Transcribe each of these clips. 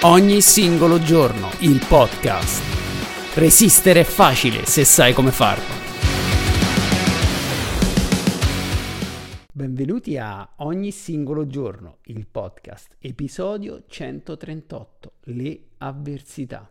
Ogni singolo giorno, il podcast. Resistere è facile se sai come farlo. Benvenuti a Ogni singolo giorno, il podcast, episodio 138, le avversità.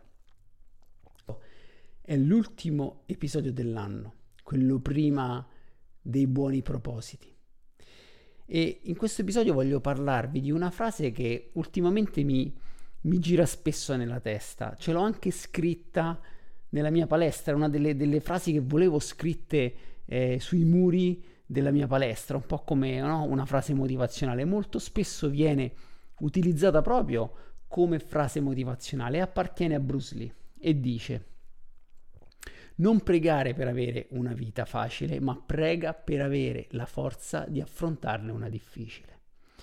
È l'ultimo episodio dell'anno, quello prima dei buoni propositi. E in questo episodio voglio parlarvi di una frase che ultimamente mi gira spesso nella testa. Ce l'ho anche scritta nella mia palestra, è una delle frasi che volevo scritte sui muri della mia palestra, un po' come una frase motivazionale. Molto spesso viene utilizzata proprio come frase motivazionale e appartiene a Bruce Lee e dice: non pregare per avere una vita facile, ma prega per avere la forza di affrontarne una difficile.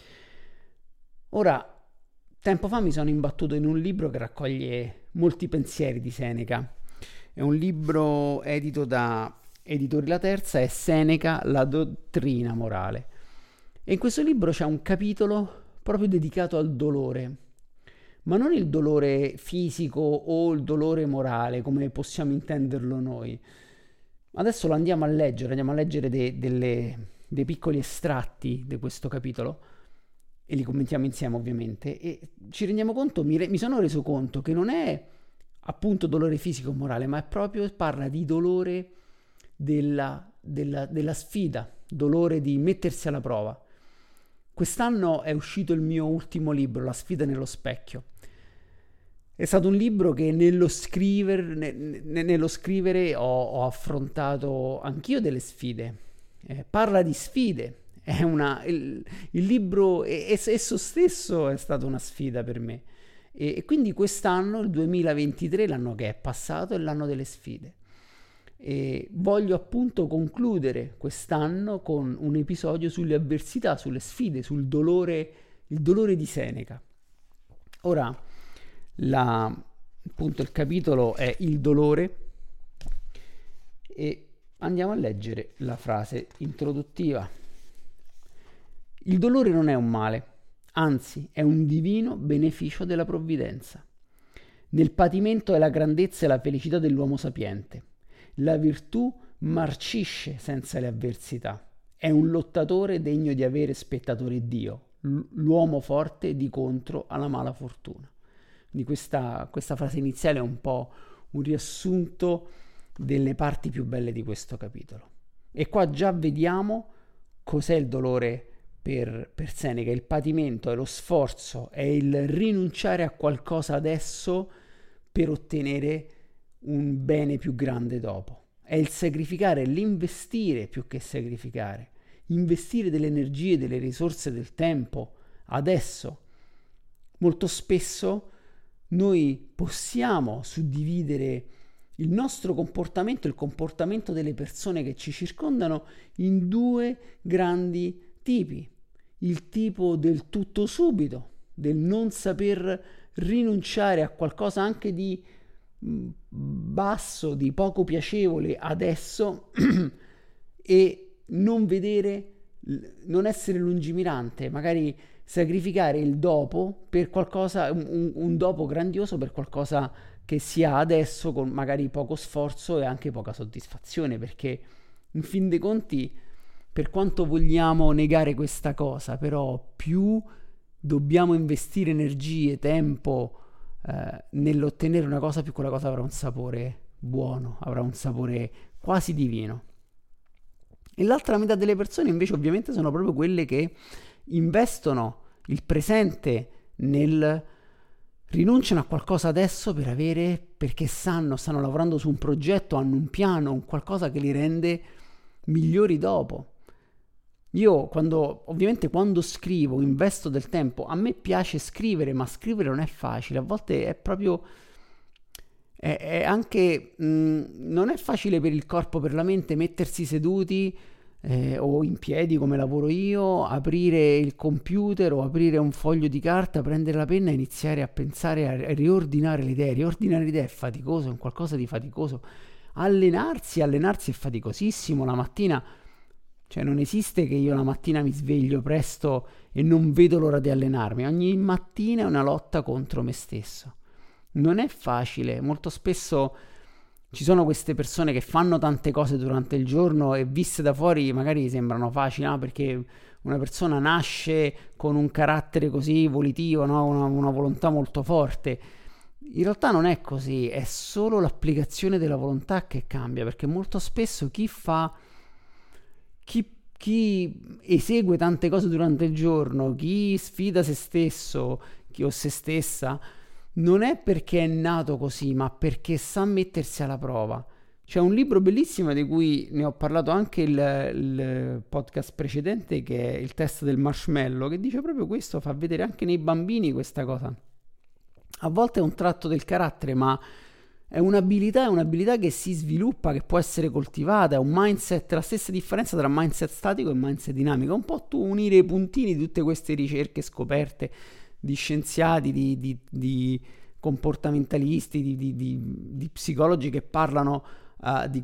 Ora, tempo fa mi sono imbattuto in un libro che raccoglie molti pensieri di Seneca. È un libro edito da Editori La Terza, è Seneca, la dottrina morale. E in questo libro c'è un capitolo proprio dedicato al dolore, ma non il dolore fisico o il dolore morale come possiamo intenderlo noi. Adesso lo andiamo a leggere dei piccoli estratti di questo capitolo e li commentiamo insieme ovviamente, e ci rendiamo conto, mi sono reso conto che non è appunto dolore fisico o morale, ma è proprio, parla di dolore della sfida, dolore di mettersi alla prova. Quest'anno è uscito il mio ultimo libro, La sfida nello specchio. È stato un libro che nello scrivere ho affrontato anch'io delle sfide. Parla di sfide. Il libro esso stesso è stata una sfida per me. E quindi quest'anno, il 2023, l'anno che è passato, è l'anno delle sfide. E voglio appunto concludere quest'anno con un episodio sulle avversità, sulle sfide, sul dolore, il dolore di Seneca. Ora, appunto il capitolo è il dolore e andiamo a leggere la frase introduttiva. Il dolore non è un male, anzi è un divino beneficio della provvidenza. Nel patimento è la grandezza e la felicità dell'uomo sapiente. La virtù marcisce senza le avversità. È un lottatore degno di avere spettatore Dio. L'uomo forte di contro alla mala fortuna. Quindi questa frase iniziale è un po' un riassunto delle parti più belle di questo capitolo. E qua già vediamo cos'è il dolore per Seneca. Il patimento è lo sforzo, è il rinunciare a qualcosa adesso per ottenere un bene più grande dopo. È il sacrificare, l'investire più che sacrificare. Investire delle energie, delle risorse, del tempo adesso. Molto spesso noi possiamo suddividere il nostro comportamento, il comportamento delle persone che ci circondano, in due grandi tipi. Il tipo del tutto subito, del non saper rinunciare a qualcosa anche di basso, di poco piacevole adesso e non vedere, non essere lungimirante, magari sacrificare il dopo per qualcosa, un dopo grandioso per qualcosa che si ha adesso con magari poco sforzo e anche poca soddisfazione, perché in fin dei conti, per quanto vogliamo negare questa cosa, però più dobbiamo investire energie, tempo nell'ottenere una cosa, più quella cosa avrà un sapore buono, avrà un sapore quasi divino. E l'altra metà delle persone invece ovviamente sono proprio quelle che investono il presente rinunciano a qualcosa adesso per avere, perché stanno lavorando su un progetto, hanno un piano, un qualcosa che li rende migliori dopo. Io quando scrivo, investo del tempo. A me piace scrivere, ma scrivere non è facile. A volte è proprio è anche non è facile per il corpo, per la mente, mettersi seduti o in piedi come lavoro io, aprire il computer o aprire un foglio di carta, prendere la penna e iniziare a pensare, a riordinare le idee. Riordinare le idee è faticoso, è un qualcosa di faticoso. Allenarsi è faticosissimo. La mattina Cioè non esiste che io la mattina mi sveglio presto e non vedo l'ora di allenarmi. Ogni mattina è una lotta contro me stesso. Non è facile. Molto spesso ci sono queste persone che fanno tante cose durante il giorno e viste da fuori magari sembrano facili, no? Perché una persona nasce con un carattere così volitivo, no? Una volontà molto forte. In realtà non è così, è solo l'applicazione della volontà che cambia, perché molto spesso chi esegue tante cose durante il giorno, chi sfida se stesso, chi o se stessa, non è perché è nato così, ma perché sa mettersi alla prova. C'è un libro bellissimo di cui ne ho parlato anche il podcast precedente, che è Il test del marshmallow, che dice proprio questo, fa vedere anche nei bambini questa cosa. A volte è un tratto del carattere, ma è un'abilità che si sviluppa, che può essere coltivata, è un mindset, la stessa differenza tra mindset statico e mindset dinamico. Un po' tu unire i puntini di tutte queste ricerche scoperte di scienziati, di comportamentalisti, di psicologi che parlano di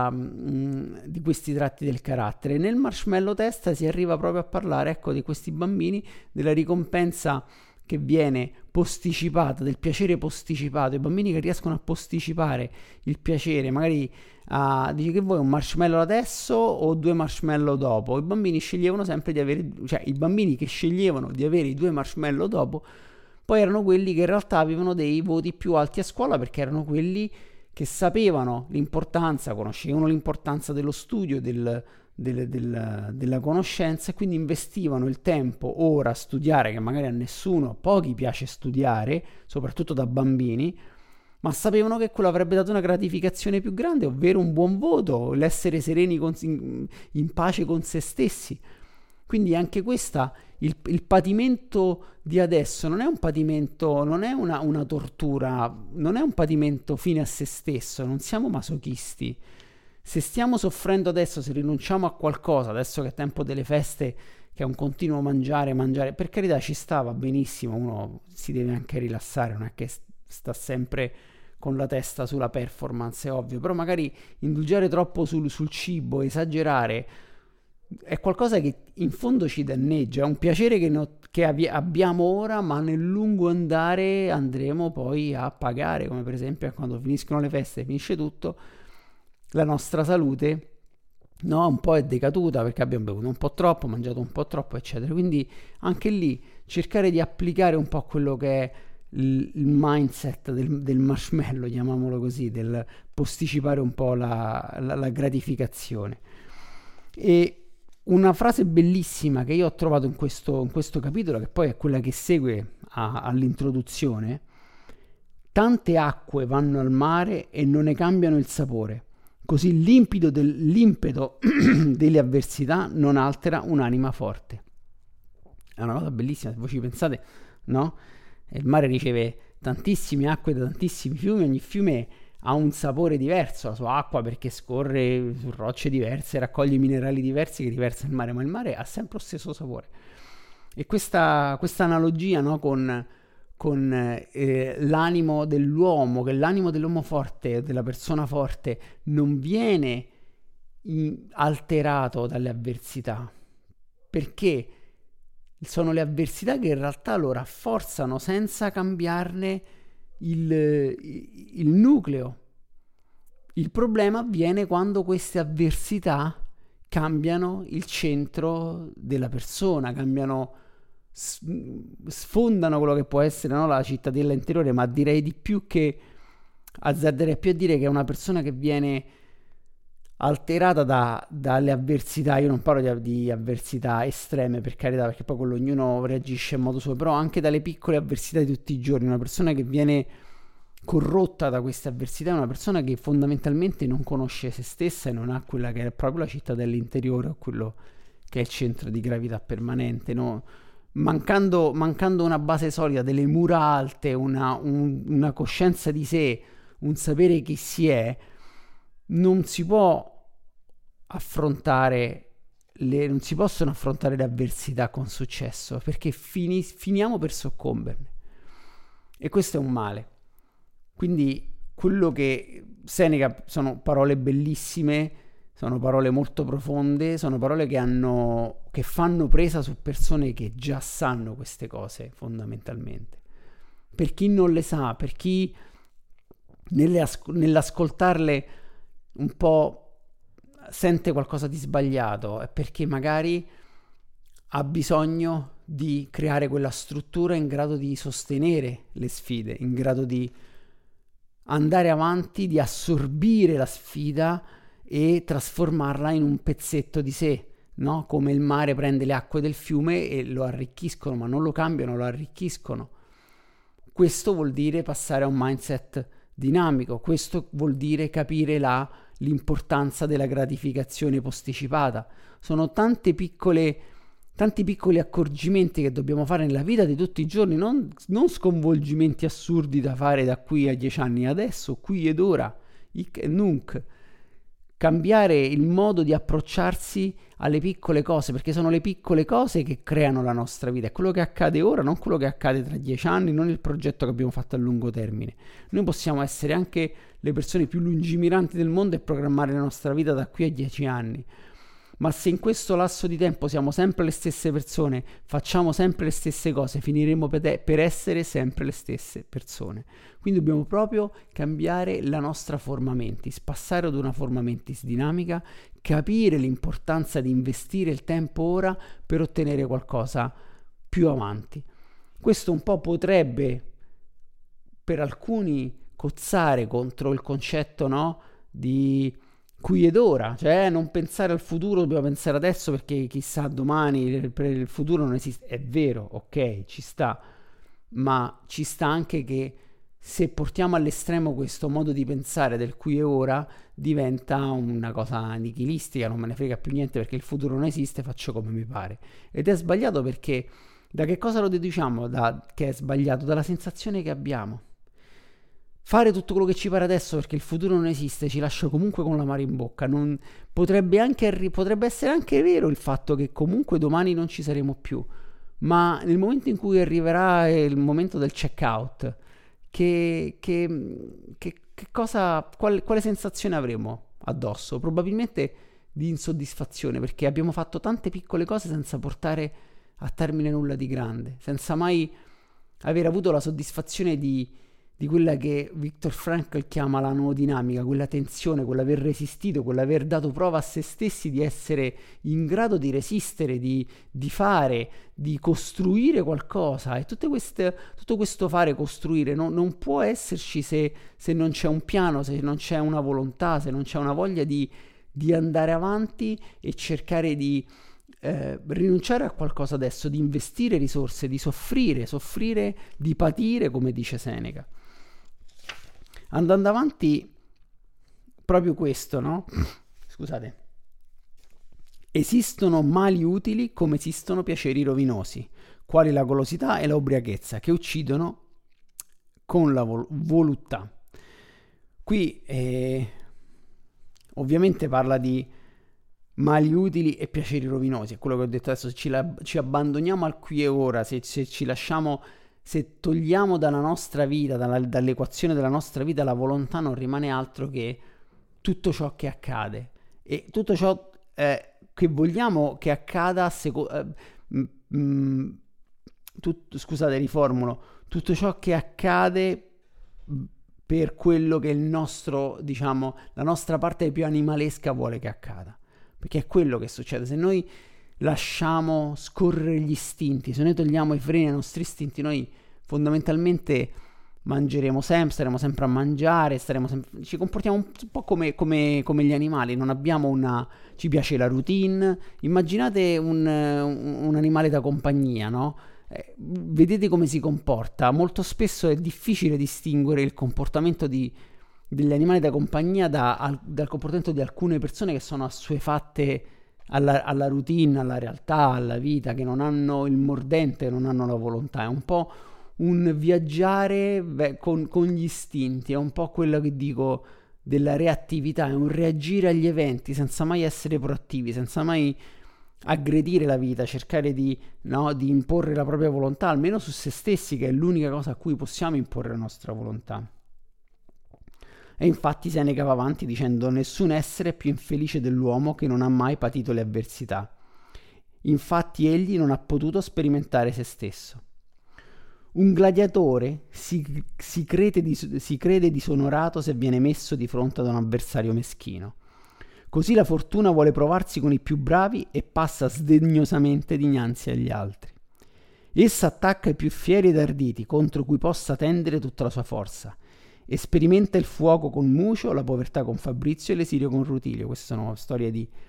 questi tratti del carattere. Nel marshmallow test si arriva proprio a parlare, ecco, di questi bambini, della ricompensa che viene posticipata, del piacere posticipato, i bambini che riescono a posticipare il piacere, magari dici che vuoi un marshmallow adesso o 2 marshmallow dopo. I bambini sceglievano sempre di avere, cioè i bambini che sceglievano di avere i 2 marshmallow dopo, poi erano quelli che in realtà avevano dei voti più alti a scuola, perché erano quelli che sapevano l'importanza, conoscevano l'importanza dello studio, della conoscenza, e quindi investivano il tempo ora a studiare, che magari a nessuno, a pochi piace studiare, soprattutto da bambini, ma sapevano che quello avrebbe dato una gratificazione più grande, ovvero un buon voto, l'essere sereni in pace con se stessi. Quindi anche questa, il patimento di adesso non è un patimento, non è una tortura, non è un patimento fine a se stesso, non siamo masochisti. Se stiamo soffrendo adesso, se rinunciamo a qualcosa, adesso che è tempo delle feste, che è un continuo mangiare, per carità ci stava benissimo, uno si deve anche rilassare, non è che sta sempre con la testa sulla performance, è ovvio, però magari indulgere troppo sul cibo, esagerare, è qualcosa che in fondo ci danneggia, è un piacere che abbiamo ora, ma nel lungo andare andremo poi a pagare, come per esempio quando finiscono le feste, finisce tutto, la nostra salute, no, un po' è decaduta perché abbiamo bevuto un po' troppo, mangiato un po' troppo, eccetera. Quindi anche lì cercare di applicare un po' quello che è il mindset del marshmallow, chiamiamolo così, del posticipare un po' la gratificazione. E una frase bellissima che io ho trovato in questo capitolo, che poi è quella che segue all'introduzione: tante acque vanno al mare e non ne cambiano il sapore, così l'impeto delle avversità non altera un'anima forte. È una cosa bellissima, se voi ci pensate, no? Il mare riceve tantissime acque da tantissimi fiumi, ogni fiume ha un sapore diverso, la sua acqua, perché scorre su rocce diverse, raccoglie minerali diversi che riversa il mare, ma il mare ha sempre lo stesso sapore. E questa analogia, no, con l'animo dell'uomo, che l'animo dell'uomo forte, della persona forte, non viene alterato dalle avversità, perché sono le avversità che in realtà lo rafforzano senza cambiarne il nucleo. Il problema avviene quando queste avversità cambiano il centro della persona, sfondano quello che può essere, no, la cittadella interiore, ma direi di più, che azzarderei più a dire che è una persona che viene alterata dalle avversità. Io non parlo di avversità estreme, per carità, perché poi quello ognuno reagisce in modo suo, però anche dalle piccole avversità di tutti i giorni. Una persona che viene corrotta da queste avversità è una persona che fondamentalmente non conosce se stessa e non ha quella che è proprio la cittadella interiore, o quello che è il centro di gravità permanente, no? Mancando una base solida, delle mura alte, una coscienza di sé, un sapere chi si è, non si possono affrontare le avversità con successo, perché finiamo per soccomberne, e questo è un male. Quindi quello che Seneca, sono parole bellissime, sono parole molto profonde, sono parole che fanno presa su persone che già sanno queste cose fondamentalmente. Per chi non le sa, per chi nell'ascoltarle un po' sente qualcosa di sbagliato, è perché magari ha bisogno di creare quella struttura in grado di sostenere le sfide, in grado di andare avanti, di assorbire la sfida e trasformarla in un pezzetto di sé, no? Come il mare prende le acque del fiume e lo arricchiscono, ma non lo cambiano, lo arricchiscono. Questo vuol dire passare a un mindset dinamico, questo vuol dire capire l'importanza della gratificazione posticipata. Sono tanti piccoli accorgimenti che dobbiamo fare nella vita di tutti i giorni, non sconvolgimenti assurdi da fare da qui a 10 anni, adesso, qui ed ora, hic et nunc. Cambiare il modo di approcciarsi alle piccole cose, perché sono le piccole cose che creano la nostra vita, è quello che accade ora, non quello che accade tra 10 anni, non il progetto che abbiamo fatto a lungo termine. Noi possiamo essere anche le persone più lungimiranti del mondo e programmare la nostra vita da qui a 10 anni. Ma se in questo lasso di tempo siamo sempre le stesse persone, facciamo sempre le stesse cose, finiremo per essere sempre le stesse persone. Quindi dobbiamo proprio cambiare la nostra forma mentis, passare ad una forma mentis dinamica, capire l'importanza di investire il tempo ora per ottenere qualcosa più avanti. Questo un po' potrebbe per alcuni cozzare contro il concetto, no, di qui ed ora, cioè non pensare al futuro, dobbiamo pensare adesso perché chissà domani, il futuro non esiste. È vero, ok, ci sta, ma ci sta anche che se portiamo all'estremo questo modo di pensare del qui e ora diventa una cosa nichilistica, non me ne frega più niente perché il futuro non esiste, faccio come mi pare. Ed è sbagliato perché da che cosa lo deduciamo che è sbagliato? Dalla sensazione che abbiamo. Fare tutto quello che ci pare adesso perché il futuro non esiste ci lascia comunque con l'amaro in bocca. Potrebbe essere anche vero il fatto che comunque domani non ci saremo più, ma nel momento in cui arriverà il momento del check out, quale sensazione avremo addosso? Probabilmente di insoddisfazione, perché abbiamo fatto tante piccole cose senza portare a termine nulla di grande, senza mai aver avuto la soddisfazione di quella che Viktor Frankl chiama la noodinamica, quella tensione, quell'aver resistito, quell'aver dato prova a se stessi di essere in grado di resistere, di fare, di costruire qualcosa. E tutto questo fare, costruire, non può esserci se non c'è un piano, se non c'è una volontà, se non c'è una voglia di andare avanti e cercare di rinunciare a qualcosa adesso, di investire risorse, di soffrire, di patire, come dice Seneca. Andando avanti, proprio questo, no? Scusate. Esistono mali utili come esistono piaceri rovinosi, quali la golosità e la ubriachezza, che uccidono con la voluttà. Qui ovviamente parla di mali utili e piaceri rovinosi, è quello che ho detto adesso. Ci abbandoniamo al qui e ora, se ci lasciamo, se togliamo dalla nostra vita, dall'equazione della nostra vita la volontà, non rimane altro che tutto ciò che accade e tutto ciò che vogliamo che accada. Scusate, riformulo: tutto ciò che accade per quello che il nostro, diciamo, la nostra parte più animalesca vuole che accada, perché è quello che succede se noi lasciamo scorrere gli istinti, se noi togliamo i freni ai nostri istinti, noi fondamentalmente mangeremo sempre, staremo sempre a mangiare, ci comportiamo un po' come gli animali, non abbiamo ci piace la routine. Immaginate un animale da compagnia, no? Vedete come si comporta. Molto spesso è difficile distinguere il comportamento degli animali da compagnia dal comportamento di alcune persone che sono assuefatte alla routine, alla realtà, alla vita, che non hanno il mordente, non hanno la volontà. È un po' un viaggiare con gli istinti, è un po' quello che dico della reattività, è un reagire agli eventi senza mai essere proattivi, senza mai aggredire la vita, cercare di imporre la propria volontà, almeno su se stessi, che è l'unica cosa a cui possiamo imporre la nostra volontà. E infatti Seneca va avanti dicendo: nessun essere è più infelice dell'uomo che non ha mai patito le avversità. Infatti egli non ha potuto sperimentare se stesso. Un gladiatore si crede disonorato se viene messo di fronte ad un avversario meschino. Così la fortuna vuole provarsi con i più bravi e passa sdegnosamente dinanzi agli altri. Essa attacca i più fieri ed arditi, contro cui possa tendere tutta la sua forza. E sperimenta il fuoco con Mucio, la povertà con Fabrizio e l'esidio con Rutilio. Queste sono storie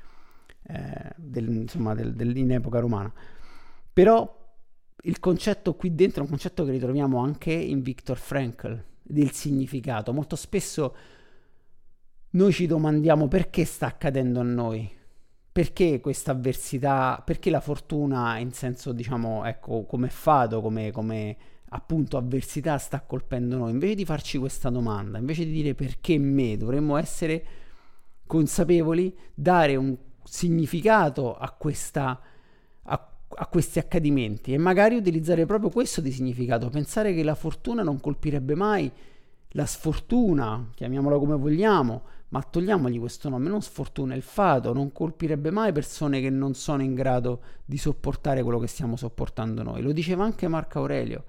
in epoca romana. Però il concetto qui dentro è un concetto che ritroviamo anche in Viktor Frankl, del significato. Molto spesso noi ci domandiamo perché sta accadendo a noi, perché questa avversità, perché la fortuna in senso, diciamo, ecco, come fato, come appunto avversità sta colpendo noi. Invece di farci questa domanda, invece di dire perché me, dovremmo essere consapevoli, dare un significato a questi accadimenti e magari utilizzare proprio questo di significato, pensare che la fortuna non colpirebbe mai la sfortuna, chiamiamola come vogliamo, ma togliamogli questo nome, non sfortuna, il fato non colpirebbe mai persone che non sono in grado di sopportare quello che stiamo sopportando noi. Lo diceva anche Marco Aurelio: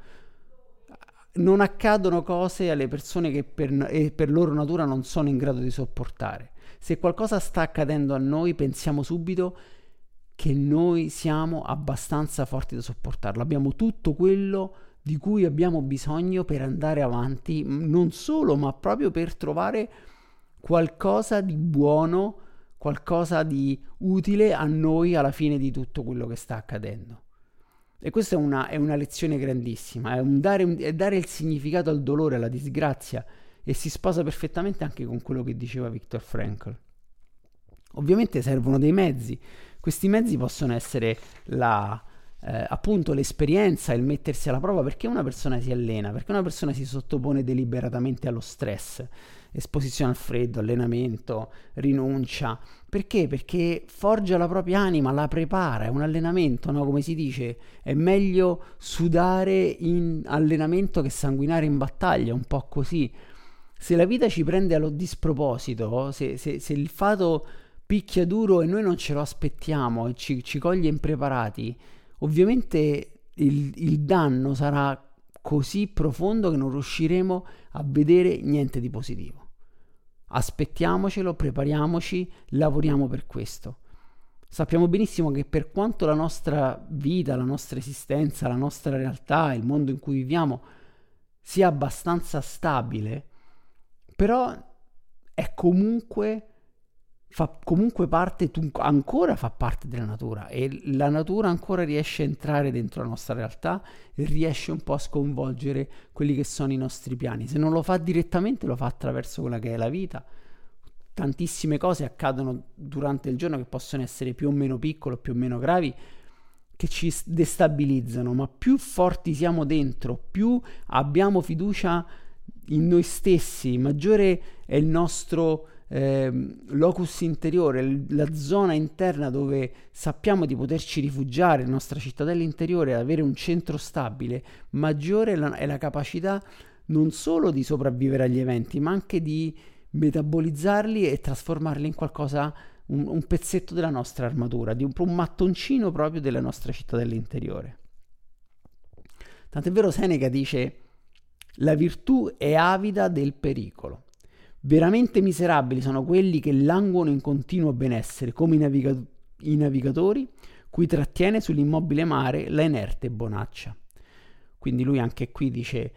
non accadono cose alle persone che per loro natura non sono in grado di sopportare. Se qualcosa sta accadendo a noi, pensiamo subito che noi siamo abbastanza forti da sopportarlo, abbiamo tutto quello di cui abbiamo bisogno per andare avanti, non solo, ma proprio per trovare qualcosa di buono, qualcosa di utile a noi alla fine di tutto quello che sta accadendo. E questa è una lezione grandissima, è dare il significato al dolore, alla disgrazia, e si sposa perfettamente anche con quello che diceva Viktor Frankl. Ovviamente servono dei mezzi. Questi mezzi possono essere appunto l'esperienza, il mettersi alla prova. Perché una persona si allena? Perché una persona si sottopone deliberatamente allo stress, esposizione al freddo, allenamento, rinuncia. Perché? Perché forgia la propria anima, la prepara, è un allenamento, no? Come si dice, è meglio sudare in allenamento che sanguinare in battaglia, un po' così. Se la vita ci prende allo disproposito, se il fato picchia duro e noi non ce lo aspettiamo e ci coglie impreparati, ovviamente il danno sarà così profondo che non riusciremo a vedere niente di positivo. Aspettiamocelo, prepariamoci, lavoriamo per questo. Sappiamo benissimo che per quanto la nostra vita, la nostra esistenza, la nostra realtà, il mondo in cui viviamo sia abbastanza stabile, però è comunque fa comunque parte, ancora fa parte della natura, e la natura ancora riesce a entrare dentro la nostra realtà e riesce un po' a sconvolgere quelli che sono i nostri piani. Se non lo fa direttamente, lo fa attraverso quella che è la vita. Tantissime cose accadono durante il giorno che possono essere più o meno piccole o più o meno gravi, che ci destabilizzano, ma più forti siamo dentro, più abbiamo fiducia in noi stessi, maggiore è il nostro locus interiore, la zona interna dove sappiamo di poterci rifugiare, la nostra cittadella interiore, avere un centro stabile, maggiore è la capacità non solo di sopravvivere agli eventi, ma anche di metabolizzarli e trasformarli in qualcosa, un pezzetto della nostra armatura, di un mattoncino proprio della nostra cittadella interiore. Tant'è vero, Seneca dice: la virtù è avida del pericolo. Veramente miserabili sono quelli che languono in continuo benessere, come i navigatori, cui trattiene sull'immobile mare la inerte bonaccia. Quindi lui anche qui dice: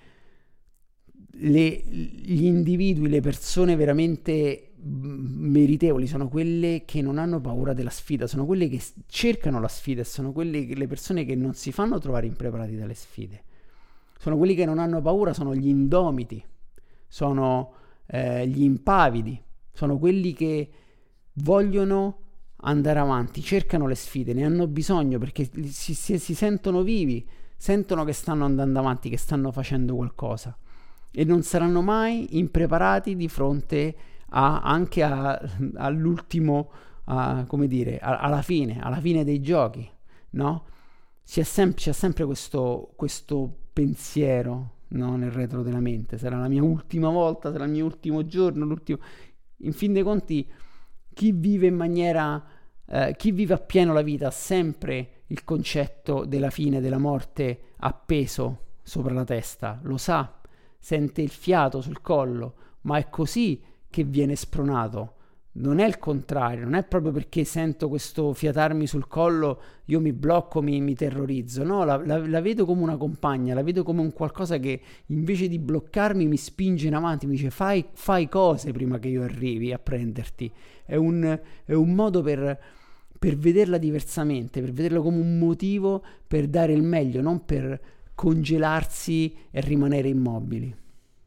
gli individui, le persone veramente meritevoli sono quelle che non hanno paura della sfida, sono quelle che cercano la sfida, e sono le persone che non si fanno trovare impreparati dalle sfide. Sono quelli che non hanno paura, sono gli indomiti, sono gli impavidi, sono quelli che vogliono andare avanti, cercano le sfide, ne hanno bisogno perché si sentono vivi, sentono che stanno andando avanti, che stanno facendo qualcosa, e non saranno mai impreparati di fronte anche all'ultimo, come dire, alla fine dei giochi, no? C'è sempre questo pensiero no? Nel retro della mente. Sarà la mia ultima volta, sarà il mio ultimo giorno, l'ultimo... In fin dei conti, chi vive in maniera... chi vive appieno la vita ha sempre il concetto della fine, della morte appeso sopra la testa, lo sa, sente il fiato sul collo, ma è così che viene spronato. Non è il contrario, non è proprio perché sento questo fiatarmi sul collo io mi blocco, mi terrorizzo. No, la vedo come una compagna, la vedo come un qualcosa che invece di bloccarmi mi spinge in avanti, mi dice fai cose prima che io arrivi a prenderti. È un modo per vederla diversamente, per vederla come un motivo per dare il meglio, non per congelarsi e rimanere immobili.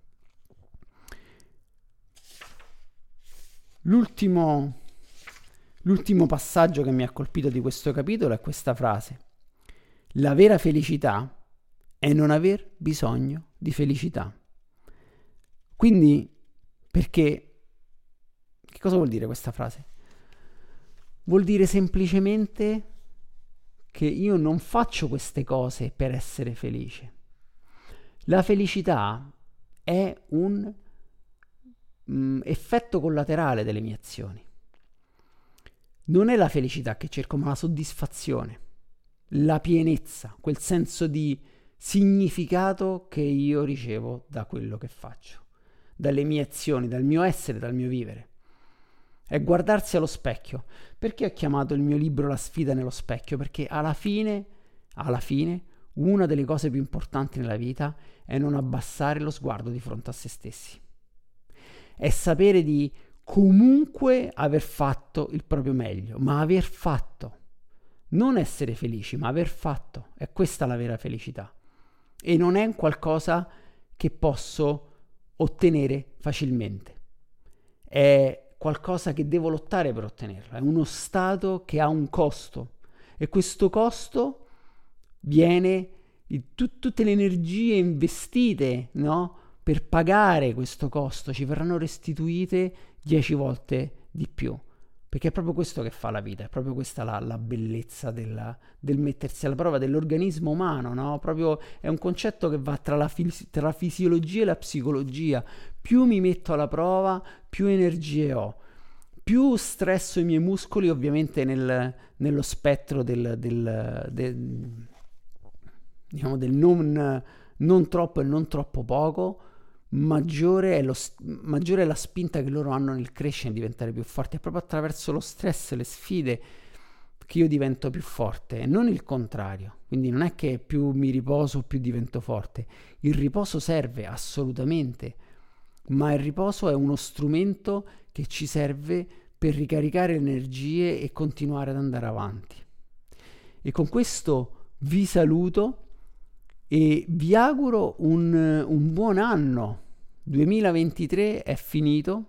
L'ultimo passaggio che mi ha colpito di questo capitolo è questa frase: la vera felicità è non aver bisogno di felicità. Quindi, perché, che cosa vuol dire questa frase? Vuol dire semplicemente che io non faccio queste cose per essere felice. La felicità è un effetto collaterale delle mie azioni. Non è la felicità che cerco, ma la soddisfazione, la pienezza, quel senso di significato che io ricevo da quello che faccio, dalle mie azioni, dal mio essere, dal mio vivere. È guardarsi allo specchio. Perché ho chiamato il mio libro La sfida nello specchio? Perché alla fine, una delle cose più importanti nella vita è non abbassare lo sguardo di fronte a se stessi. È sapere di comunque aver fatto il proprio meglio, ma aver fatto. Non essere felici, ma aver fatto. È questa la vera felicità. E non è un qualcosa che posso ottenere facilmente. È qualcosa che devo lottare per ottenerlo. È uno stato che ha un costo. E questo costo viene tutte le energie investite, no? Per pagare questo costo ci verranno restituite 10 volte di più, perché è proprio questo che fa la vita, è proprio questa la bellezza del mettersi alla prova dell'organismo umano, no? Proprio è un concetto che va tra la fisiologia e la psicologia. Più mi metto alla prova, più energie ho, più stresso i miei muscoli, ovviamente nello spettro diciamo del non troppo e non troppo poco. Maggiore è la spinta che loro hanno nel crescere e diventare più forti. È proprio attraverso lo stress e le sfide che io divento più forte e non il contrario. Quindi non è che più mi riposo più divento forte. Il riposo serve assolutamente, ma il riposo è uno strumento che ci serve per ricaricare le energie e continuare ad andare avanti. E con questo vi saluto e vi auguro un buon anno. 2023 è finito,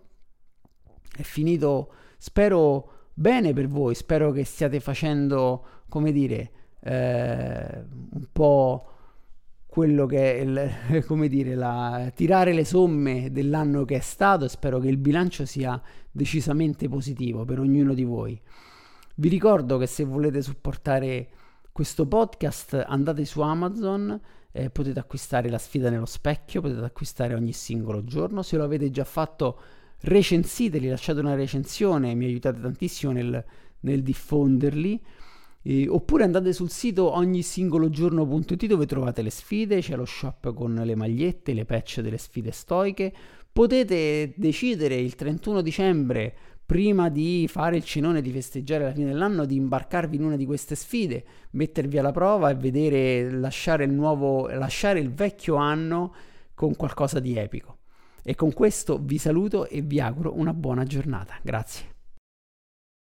spero bene per voi, spero che stiate facendo, come dire, un po' quello che è come dire, tirare le somme dell'anno che è stato, e spero che il bilancio sia decisamente positivo per ognuno di voi. Vi ricordo che se volete supportare questo podcast andate su Amazon, potete acquistare La sfida nello specchio, potete acquistare ogni singolo giorno. Se lo avete già fatto, recensiteli, lasciate una recensione, mi aiutate tantissimo nel diffonderli. Oppure andate sul sito ognisingologiorno.it dove trovate le sfide, c'è lo shop con le magliette, le patch delle sfide stoiche. Potete decidere il 31 dicembre, prima di fare il cenone, di festeggiare la fine dell'anno, di imbarcarvi in una di queste sfide, mettervi alla prova e vedere lasciare il vecchio anno con qualcosa di epico. E con questo vi saluto e vi auguro una buona giornata. Grazie.